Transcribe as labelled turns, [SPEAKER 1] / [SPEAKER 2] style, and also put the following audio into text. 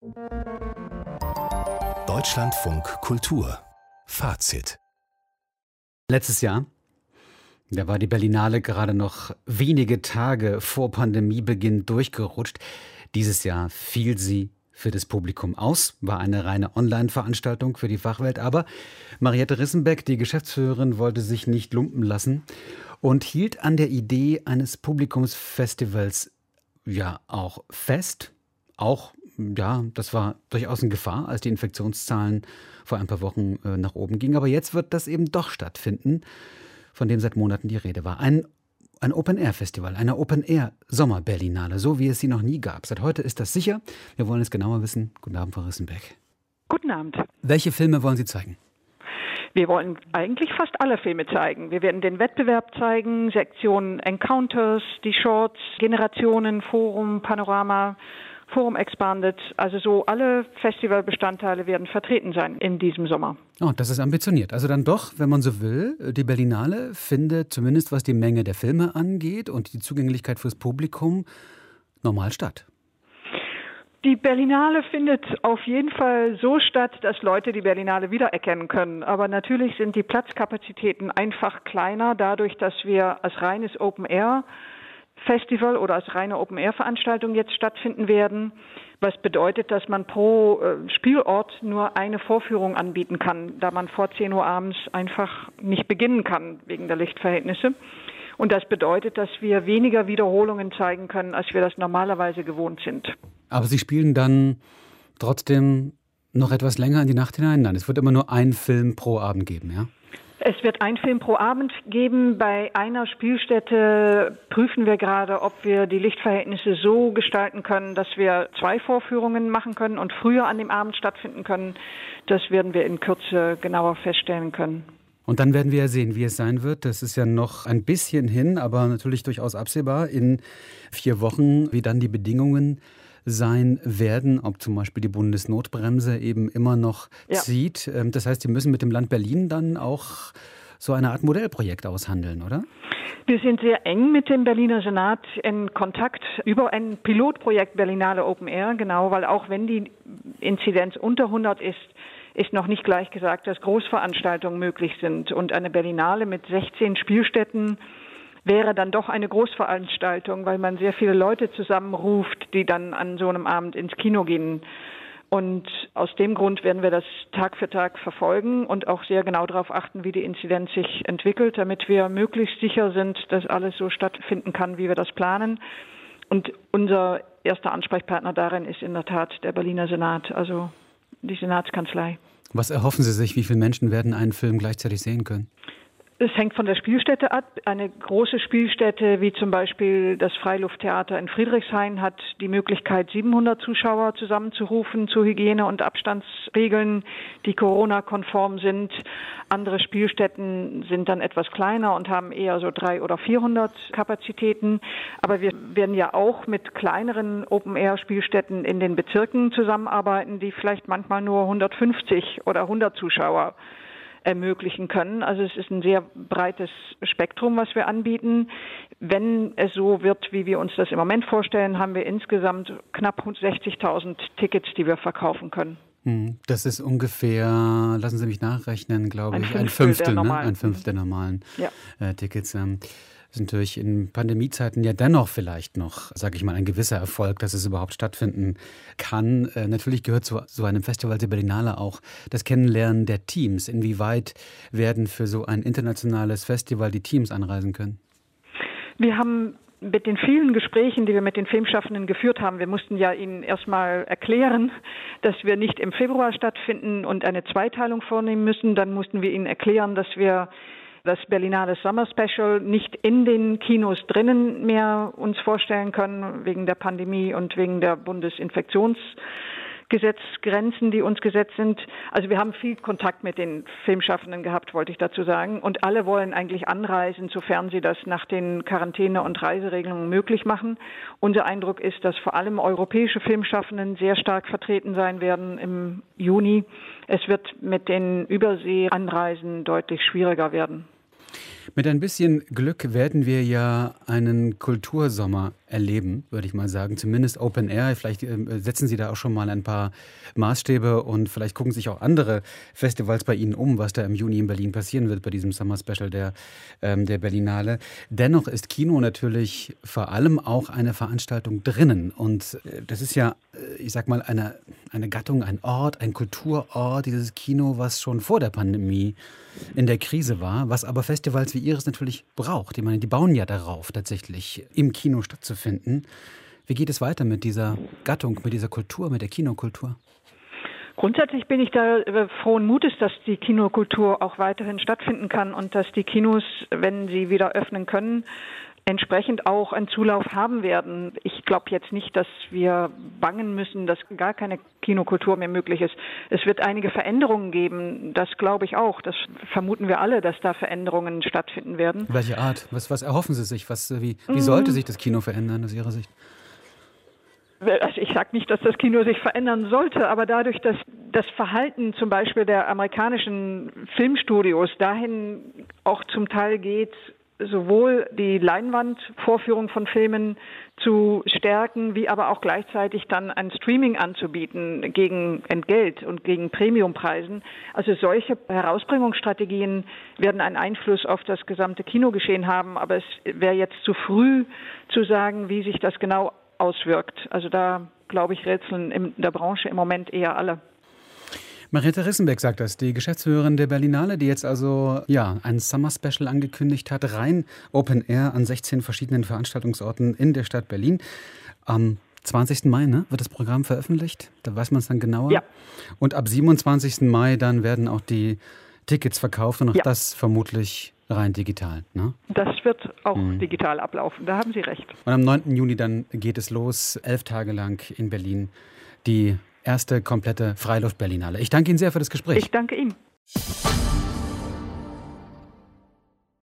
[SPEAKER 1] Deutschlandfunk Kultur Fazit.
[SPEAKER 2] Letztes Jahr, da war die Berlinale gerade noch wenige Tage vor Pandemiebeginn durchgerutscht. Dieses Jahr fiel sie für das Publikum aus, war eine reine Online-Veranstaltung für die Fachwelt. Aber Mariette Rissenbeck, die Geschäftsführerin, wollte sich nicht lumpen lassen und hielt an der Idee eines Publikumsfestivals auch fest. Das war durchaus eine Gefahr, als die Infektionszahlen vor ein paar Wochen nach oben gingen. Aber jetzt wird das eben doch stattfinden, von dem seit Monaten die Rede war. Ein Open-Air-Festival, eine Open-Air-Sommer-Berlinale, so wie es sie noch nie gab. Seit heute ist das sicher. Wir wollen es genauer wissen. Guten Abend, Frau Rissenbeck.
[SPEAKER 3] Guten Abend.
[SPEAKER 2] Welche Filme wollen Sie zeigen?
[SPEAKER 3] Wir wollen eigentlich fast alle Filme zeigen. Wir werden den Wettbewerb zeigen, Sektion Encounters, die Shorts, Generationen, Forum, Panorama, Forum Expanded. Also so alle Festivalbestandteile werden vertreten sein in diesem Sommer.
[SPEAKER 2] Oh, das ist ambitioniert. Also dann doch, wenn man so will, die Berlinale findet zumindest was die Menge der Filme angeht und die Zugänglichkeit fürs Publikum normal statt.
[SPEAKER 3] Die Berlinale findet auf jeden Fall so statt, dass Leute die Berlinale wiedererkennen können. Aber natürlich sind die Platzkapazitäten einfach kleiner, dadurch, dass wir als reines Open-Air-Festival oder als reine Open-Air-Veranstaltung jetzt stattfinden werden. Was bedeutet, dass man pro Spielort nur eine Vorführung anbieten kann, da man vor 10 Uhr abends einfach nicht beginnen kann wegen der Lichtverhältnisse. Und das bedeutet, dass wir weniger Wiederholungen zeigen können, als wir das normalerweise gewohnt sind.
[SPEAKER 2] Aber Sie spielen dann trotzdem noch etwas länger in die Nacht hinein? Nein, es wird immer nur einen Film pro Abend geben, ja?
[SPEAKER 3] Es wird einen Film pro Abend geben. Bei einer Spielstätte prüfen wir gerade, ob wir die Lichtverhältnisse so gestalten können, dass wir 2 Vorführungen machen können und früher an dem Abend stattfinden können. Das werden wir in Kürze genauer feststellen können.
[SPEAKER 2] Und dann werden wir ja sehen, wie es sein wird. Das ist ja noch ein bisschen hin, aber natürlich durchaus absehbar in 4 Wochen, wie dann die Bedingungen sein werden, ob zum Beispiel die Bundesnotbremse eben immer noch zieht. Das heißt, Sie müssen mit dem Land Berlin dann auch so eine Art Modellprojekt aushandeln, oder?
[SPEAKER 3] Wir sind sehr eng mit dem Berliner Senat in Kontakt über ein Pilotprojekt Berlinale Open Air, genau, weil auch wenn die Inzidenz unter 100 ist noch nicht gleich gesagt, dass Großveranstaltungen möglich sind. Und eine Berlinale mit 16 Spielstätten wäre dann doch eine Großveranstaltung, weil man sehr viele Leute zusammenruft, die dann an so einem Abend ins Kino gehen. Und aus dem Grund werden wir das Tag für Tag verfolgen und auch sehr genau darauf achten, wie die Inzidenz sich entwickelt, damit wir möglichst sicher sind, dass alles so stattfinden kann, wie wir das planen. Und unser erster Ansprechpartner darin ist in der Tat der Berliner Senat, also die Senatskanzlei.
[SPEAKER 2] Was erhoffen Sie sich, wie viele Menschen werden einen Film gleichzeitig sehen können?
[SPEAKER 3] Es hängt von der Spielstätte ab. Eine große Spielstätte wie zum Beispiel das Freilufttheater in Friedrichshain hat die Möglichkeit, 700 Zuschauer zusammenzurufen zu Hygiene- und Abstandsregeln, die Corona-konform sind. Andere Spielstätten sind dann etwas kleiner und haben eher so 300 oder 400 Kapazitäten. Aber wir werden ja auch mit kleineren Open-Air-Spielstätten in den Bezirken zusammenarbeiten, die vielleicht manchmal nur 150 oder 100 Zuschauer ermöglichen können. Also es ist ein sehr breites Spektrum, was wir anbieten. Wenn es so wird, wie wir uns das im Moment vorstellen, haben wir insgesamt knapp 60.000 Tickets, die wir verkaufen können.
[SPEAKER 2] Das ist ungefähr, lassen Sie mich nachrechnen, glaube ich, ein Fünftel der normalen Tickets. Das ist natürlich in Pandemiezeiten ja dennoch vielleicht noch, sage ich mal, ein gewisser Erfolg, dass es überhaupt stattfinden kann. Natürlich gehört zu so einem Festival der Berlinale auch das Kennenlernen der Teams. Inwieweit werden für so ein internationales Festival die Teams anreisen können?
[SPEAKER 3] Wir haben mit den vielen Gesprächen, die wir mit den Filmschaffenden geführt haben, wir mussten ja ihnen erstmal erklären, dass wir nicht im Februar stattfinden und eine Zweiteilung vornehmen müssen. Dann mussten wir ihnen erklären, dass wir das Berlinale Summer Special nicht in den Kinos drinnen mehr uns vorstellen können, wegen der Pandemie und wegen der Bundesgesetzgrenzen, die uns gesetzt sind. Also wir haben viel Kontakt mit den Filmschaffenden gehabt, wollte ich dazu sagen. Und alle wollen eigentlich anreisen, sofern sie das nach den Quarantäne- und Reiseregelungen möglich machen. Unser Eindruck ist, dass vor allem europäische Filmschaffenden sehr stark vertreten sein werden im Juni. Es wird mit den Überseeanreisen deutlich schwieriger werden.
[SPEAKER 2] Mit ein bisschen Glück werden wir ja einen Kultursommer erleben, würde ich mal sagen. Zumindest Open Air. Vielleicht setzen Sie da auch schon mal ein paar Maßstäbe und vielleicht gucken sich auch andere Festivals bei Ihnen um, was da im Juni in Berlin passieren wird bei diesem Summer Special der Berlinale. Dennoch ist Kino natürlich vor allem auch eine Veranstaltung drinnen. Und das ist ja, ich sag mal, eine Gattung, ein Ort, ein Kulturort, dieses Kino, was schon vor der Pandemie in der Krise war, was aber Festivals wie Ihres natürlich braucht. Ich meine, die bauen ja darauf, tatsächlich im Kino stattzufinden. Wie geht es weiter mit dieser Gattung, mit dieser Kultur, mit der Kinokultur?
[SPEAKER 3] Grundsätzlich bin ich da frohen Mutes, dass die Kinokultur auch weiterhin stattfinden kann und dass die Kinos, wenn sie wieder öffnen können, entsprechend auch einen Zulauf haben werden. Ich glaube jetzt nicht, dass wir bangen müssen, dass gar keine Kinokultur mehr möglich ist. Es wird einige Veränderungen geben, das glaube ich auch. Das vermuten wir alle, dass da Veränderungen stattfinden werden.
[SPEAKER 2] Welche Art? Was erhoffen Sie sich? Wie sollte sich das Kino verändern aus Ihrer Sicht?
[SPEAKER 3] Also ich sage nicht, dass das Kino sich verändern sollte, aber dadurch, dass das Verhalten zum Beispiel der amerikanischen Filmstudios dahin auch zum Teil geht, sowohl die Leinwandvorführung von Filmen zu stärken, wie aber auch gleichzeitig dann ein Streaming anzubieten gegen Entgelt und gegen Premiumpreisen. Also solche Herausbringungsstrategien werden einen Einfluss auf das gesamte Kinogeschehen haben, aber es wäre jetzt zu früh zu sagen, wie sich das genau auswirkt. Also da, glaube ich, rätseln in der Branche im Moment eher alle.
[SPEAKER 2] Marietta Rissenbeck sagt das, die Geschäftsführerin der Berlinale, die jetzt also ein Summer Special angekündigt hat, rein Open Air an 16 verschiedenen Veranstaltungsorten in der Stadt Berlin. Am 20. Mai wird das Programm veröffentlicht, da weiß man es dann genauer.
[SPEAKER 3] Ja.
[SPEAKER 2] Und ab 27. Mai dann werden auch die Tickets verkauft und auch das vermutlich rein digital. Ne?
[SPEAKER 3] Das wird auch digital ablaufen, da haben Sie recht.
[SPEAKER 2] Und am 9. Juni dann geht es los, 11 Tage lang in Berlin, die erste komplette Freiluft-Berlinale. Ich danke Ihnen sehr für das Gespräch.
[SPEAKER 3] Ich danke Ihnen.